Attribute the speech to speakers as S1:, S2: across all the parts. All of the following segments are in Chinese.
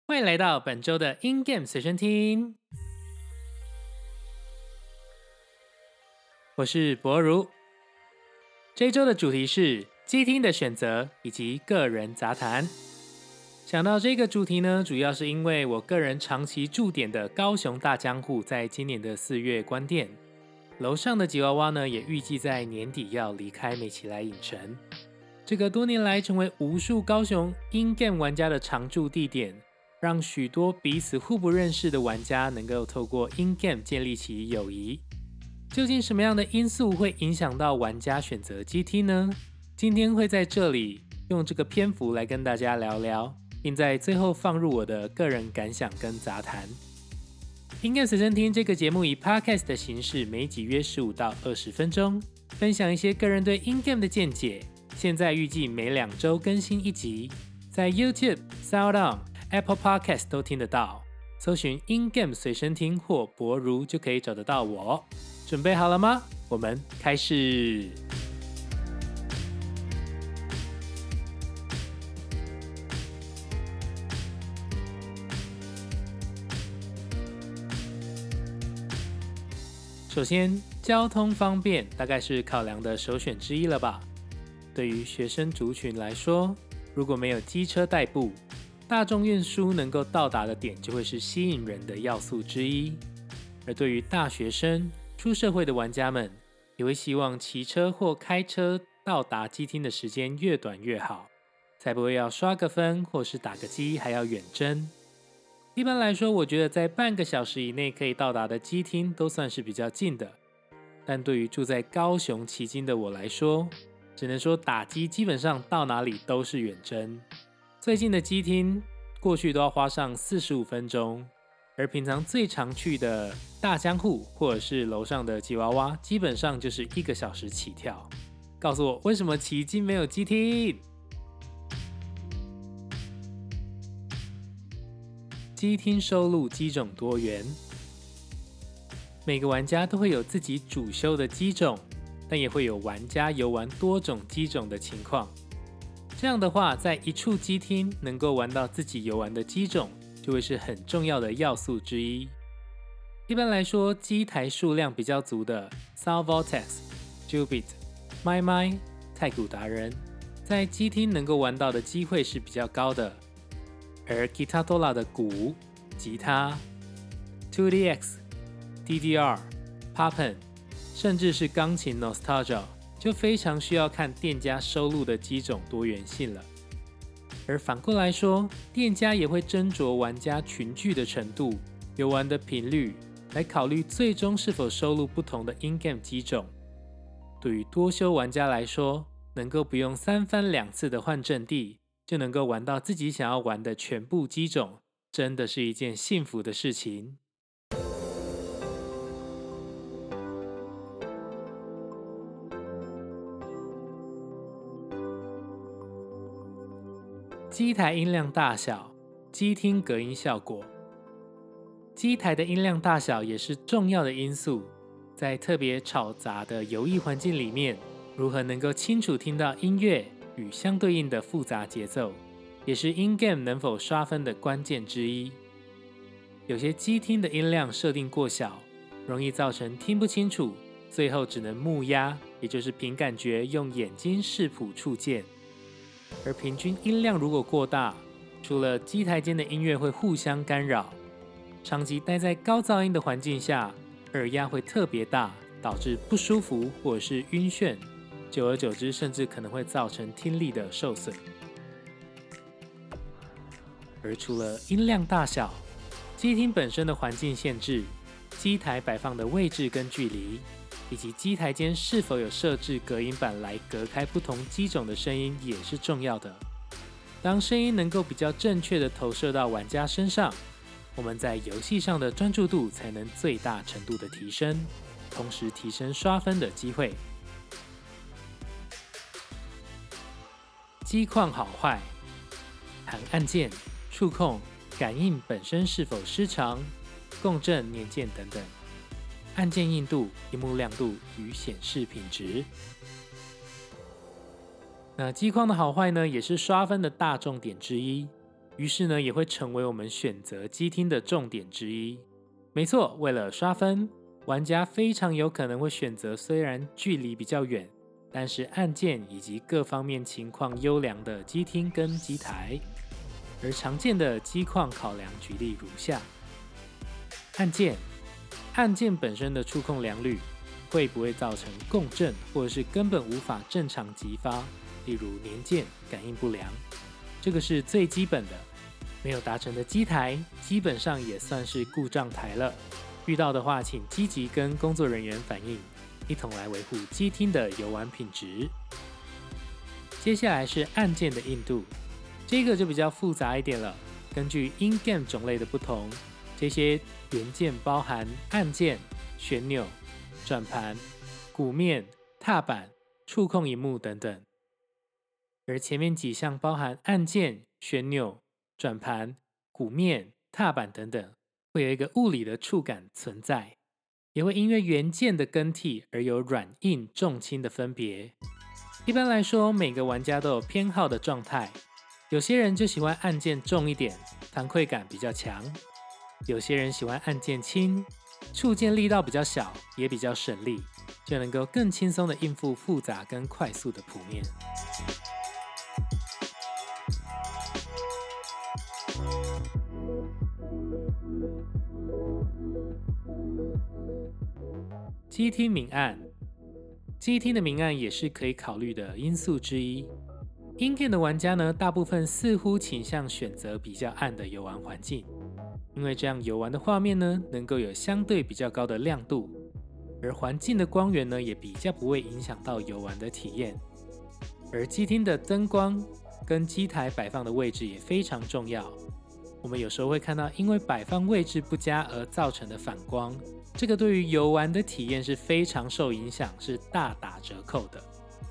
S1: 欢迎来到本周的 In Game 随身听，我是博如。这一周的主题是机厅的选择以及个人杂谈。想到这个主题呢，主要是因为我个人长期驻点的高雄大江户在今年的4月关店，楼上的吉娃娃呢也预计在年底要离开美琪莱影城。这个多年来成为无数高雄 In Game 玩家的常驻地点，让许多彼此互不认识的玩家能够透过 In Game 建立起友谊。究竟什么样的因素会影响到玩家选择 GT 呢？今天会在这里用这个篇幅来跟大家聊聊，并在最后放入我的个人感想跟杂谈。In Game 随身听这个节目以 Podcast 的形式，每集约15到20分钟，分享一些个人对 In Game 的见解。现在预计每2周更新一集，在 YouTube、SoundOn、Apple Podcast 都听得到，搜寻 In Game 随身听或博如就可以找得到我。准备好了吗？我们开始。首先，交通方便大概是考量的首选之一了吧。对于学生族群来说，如果没有机车代步，大众运输能够到达的点就会是吸引人的要素之一。而对于大学生、出社会的玩家们，也会希望骑车或开车到达机厅的时间越短越好，才不会要刷个分或是打个机还要远征。一般来说，我觉得在半个小时以内可以到达的机厅都算是比较近的，但对于住在高雄旗津的我来说，只能说打机基本上到哪里都是远征。最近的机厅过去都要花上45分钟，而平常最常去的大江户或者是楼上的吉娃娃，基本上就是1个小时起跳。告诉我为什么旗津没有机厅？机厅收录机种多元，每个玩家都会有自己主修的机种，但也会有玩家游玩多种机种的情况。这样的话，在一处机厅能够玩到自己游玩的机种，就会是很重要的要素之一。一般来说，机台数量比较足的 Sound Vortex、Jubit、My 太鼓达人，在机厅能够玩到的机会是比较高的。而 Guitar-Dola 的鼓、吉他、2DX、DDR、Poppen， 甚至是钢琴 Nostalgia， 就非常需要看店家收录的机种多元性了。而反过来说，店家也会斟酌玩家群聚的程度、游玩的频率，来考虑最终是否收录不同的 in-game 机种。对于多修玩家来说，能够不用3番2次的换阵地，就能够玩到自己想要玩的全部机种，真的是一件幸福的事情。机台音量大小、机厅隔音效果，机台的音量大小也是重要的因素。在特别吵杂的游艺环境里面，如何能够清楚听到音乐与相对应的复杂节奏，也是 in-game 能否刷分的关键之一。有些机厅的音量设定过小，容易造成听不清楚，最后只能目压，也就是凭感觉用眼睛视谱触键。而平均音量如果过大，除了机台间的音乐会互相干扰，长期待在高噪音的环境下，耳压会特别大，导致不舒服或者是晕眩，久而久之甚至可能会造成听力的受损。而除了音量大小，机厅本身的环境限制、机台摆放的位置跟距离，以及机台间是否有设置隔音板来隔开不同机种的声音也是重要的。当声音能够比较正确的投射到玩家身上，我们在游戏上的专注度才能最大程度的提升，同时提升刷分的机会。机况好坏，含按键、触控、感应本身是否失常、共振年键等等，按键硬度、萤幕亮度与显示品质。那机况的好坏呢，也是刷分的大重点之一。 于是呢也会成为我们选择机厅的重点之一。没错，为了刷分，玩家非常有可能会选择虽然距离比较远，但是按键以及各方面情况优良的机厅跟机台。而常见的机况考量举例如下：按键本身的触控良率会不会造成共振，或者是根本无法正常击发，例如年键感应不良，这个是最基本的。没有达成的机台基本上也算是故障台了，遇到的话请积极跟工作人员反映，一同来维护机厅的游玩品质。接下来是按键的硬度，这个就比较复杂一点了。根据 in-game 种类的不同，这些元件包含按键、旋钮、转盘、鼓面、踏板、触控萤幕等等。而前面几项包含按键、旋钮、转盘、鼓面、踏板等等，会有一个物理的触感存在，也会因为元件的更替而有软硬重轻的分别。一般来说，每个玩家都有偏好的状态，有些人就喜欢按键重一点，反馈感比较强；有些人喜欢按键轻，触键力道比较小，也比较省力，就能够更轻松的应付复杂跟快速的谱面。机厅明暗，机厅的明暗也是可以考虑的因素之一。In-game 的玩家呢，大部分似乎倾向选择比较暗的游玩环境，因为这样游玩的画面呢，能够有相对比较高的亮度，而环境的光源呢，也比较不会影响到游玩的体验。而机厅的灯光跟机台摆放的位置也非常重要。我们有时候会看到因为摆放位置不佳而造成的反光，这个对于游玩的体验是非常受影响，是大打折扣的。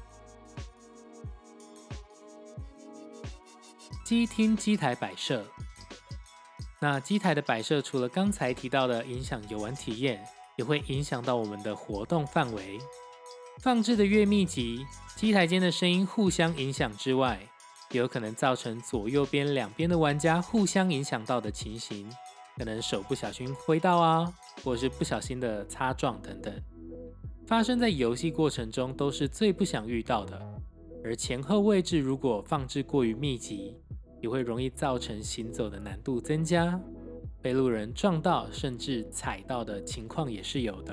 S1: 机厅机台摆设，那机台的摆设除了刚才提到的影响游玩体验，也会影响到我们的活动范围。放置的越密集，机台间的声音互相影响之外，也有可能造成左右边两边的玩家互相影响到的情形，可能手不小心挥到啊，或者是不小心的擦撞等等，发生在游戏过程中都是最不想遇到的。而前后位置如果放置过于密集，也会容易造成行走的难度增加，被路人撞到甚至踩到的情况也是有的。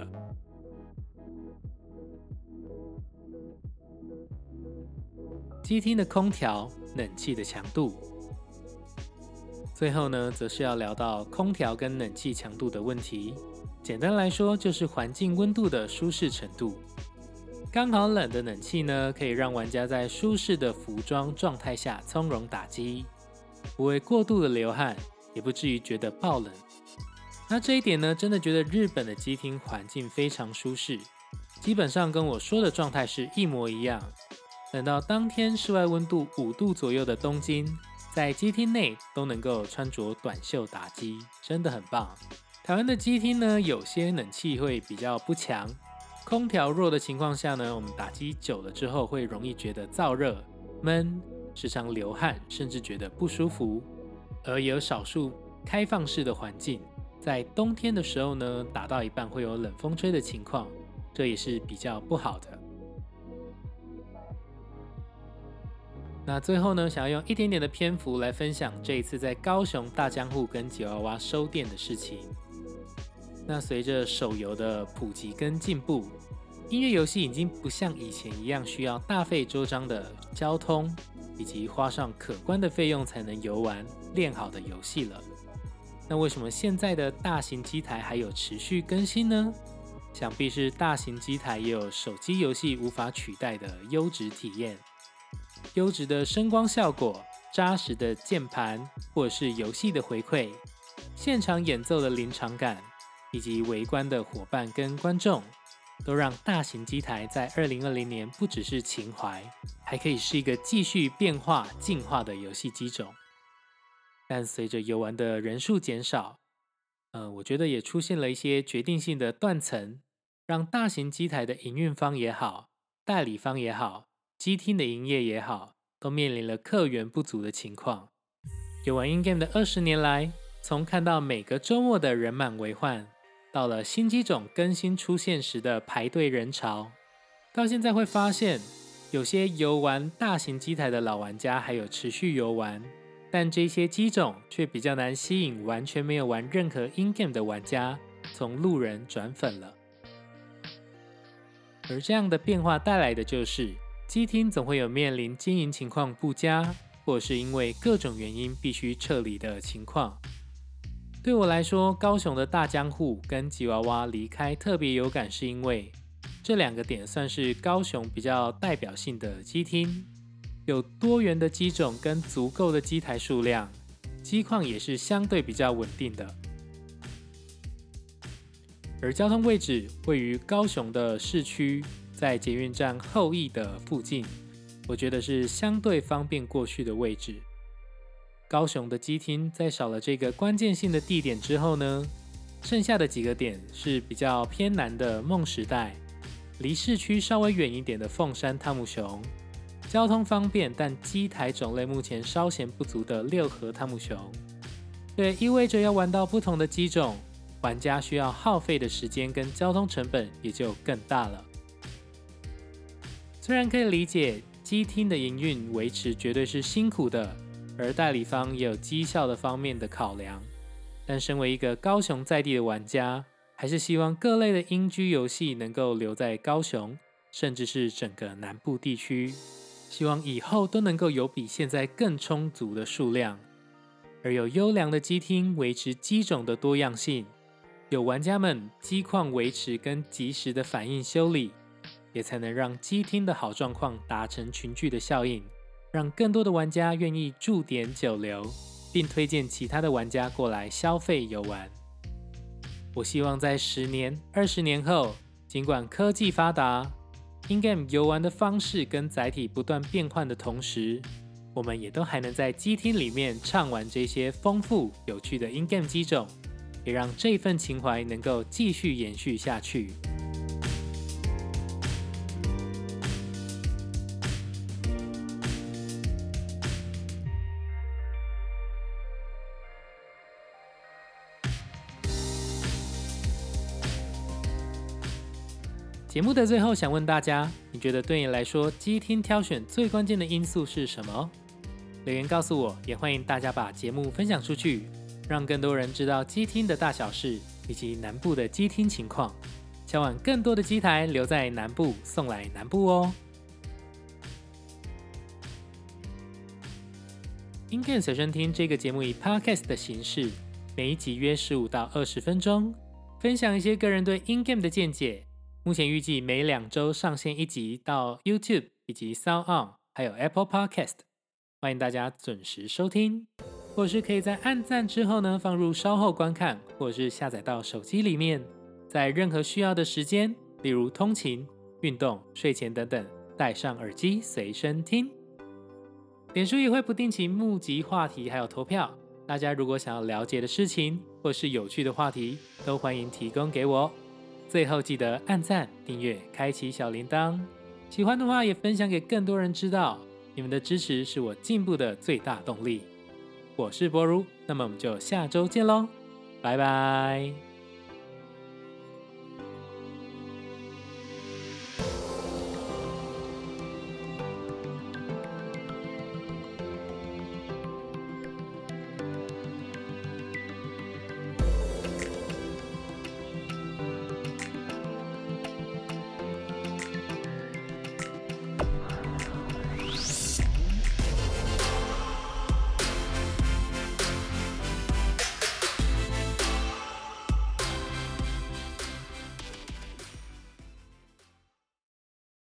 S1: 机厅的空调、冷气的强度。最后呢，则是要聊到空调跟冷气强度的问题。简单来说，就是环境温度的舒适程度。刚好冷的冷气呢，可以让玩家在舒适的服装状态下从容打击，不会过度的流汗，也不至于觉得爆冷。那这一点呢，真的觉得日本的机厅环境非常舒适，基本上跟我说的状态是一模一样。等到当天室外温度5度左右的东京，在机厅内都能够穿着短袖打机，真的很棒。台湾的机厅呢，有些冷气会比较不强，空调弱的情况下呢，我们打机久了之后会容易觉得燥热、闷，时常流汗，甚至觉得不舒服。而有少数开放式的环境，在冬天的时候呢，打到一半会有冷风吹的情况，这也是比较不好的。那最后呢，想要用一点点的篇幅来分享这一次在高雄大江户跟吉娃娃收店的事情。那随着手游的普及跟进步，音乐游戏已经不像以前一样需要大费周章的交通，以及花上可观的费用才能游玩练好的游戏了。那为什么现在的大型机台还有持续更新呢？想必是大型机台也有手机游戏无法取代的优质体验。优质的声光效果、扎实的键盘或者是游戏的回馈、现场演奏的临场感，以及围观的伙伴跟观众，都让大型机台在2020年不只是情怀，还可以是一个继续变化进化的游戏机种。但随着游玩的人数减少，我觉得也出现了一些决定性的断层，让大型机台的营运方也好、代理方也好、机厅的营业也好，都面临了客源不足的情况。 游玩 InGame 的20年来，从看到每个周末的人满为患，到了新机种更新出现时的排队人潮，到现在会发现，有些游玩大型机台的老玩家还有持续游玩，但这些机种却比较难吸引完全没有玩任何 InGame 的玩家从路人转粉了。而这样的变化带来的就是机厅总会有面临经营情况不佳，或是因为各种原因必须撤离的情况。对我来说，高雄的大江户跟吉娃娃离开特别有感，是因为这2个点算是高雄比较代表性的机厅，有多元的机种跟足够的机台数量，机况也是相对比较稳定的。而交通位置位于高雄的市区，在捷运站后翼的附近，我觉得是相对方便过去的位置。高雄的机厅在少了这个关键性的地点之后呢，剩下的几个点是比较偏南的梦时代，离市区稍微远一点的凤山汤姆熊，交通方便但机台种类目前稍显不足的六合汤姆熊。这意味着要玩到不同的机种，玩家需要耗费的时间跟交通成本也就更大了。虽然可以理解机厅的营运维持绝对是辛苦的，而代理方也有绩效的方面的考量，但身为一个高雄在地的玩家，还是希望各类的音居游戏能够留在高雄，甚至是整个南部地区，希望以后都能够有比现在更充足的数量，而有优良的机厅维持机种的多样性，有玩家们机况维持跟及时的反应修理，也才能让机厅的好状况达成群聚的效应，让更多的玩家愿意驻点久留，并推荐其他的玩家过来消费游玩。我希望在10年、20年后，尽管科技发达， InGame 游玩的方式跟载体不断变换的同时，我们也都还能在机厅里面畅玩这些丰富有趣的 InGame 机种，也让这份情怀能够继续延续下去。节目的最后想问大家，你觉得对你来说机厅挑选最关键的因素是什么？留言告诉我，也欢迎大家把节目分享出去，让更多人知道机厅的大小事以及南部的机厅情况，敲碗更多的机台留在南部，送来南部哦。InGame 随身听这个节目以 Podcast 的形式，每一集约15到20分钟，分享一些个人对 InGame 的见解。目前预计每2周上线1集到 YouTube 以及 SoundOn 还有 Apple Podcast， 欢迎大家准时收听，或是可以在按赞之后呢放入稍后观看，或是下载到手机里面，在任何需要的时间，例如通勤、运动、睡前等等，戴上耳机随身听。脸书也会不定期募集话题还有投票，大家如果想要了解的事情或是有趣的话题，都欢迎提供给我。最后记得按赞、订阅、开启小铃铛，喜欢的话也分享给更多人知道，你们的支持是我进步的最大动力。我是博如，那么我们就下周见咯，拜拜。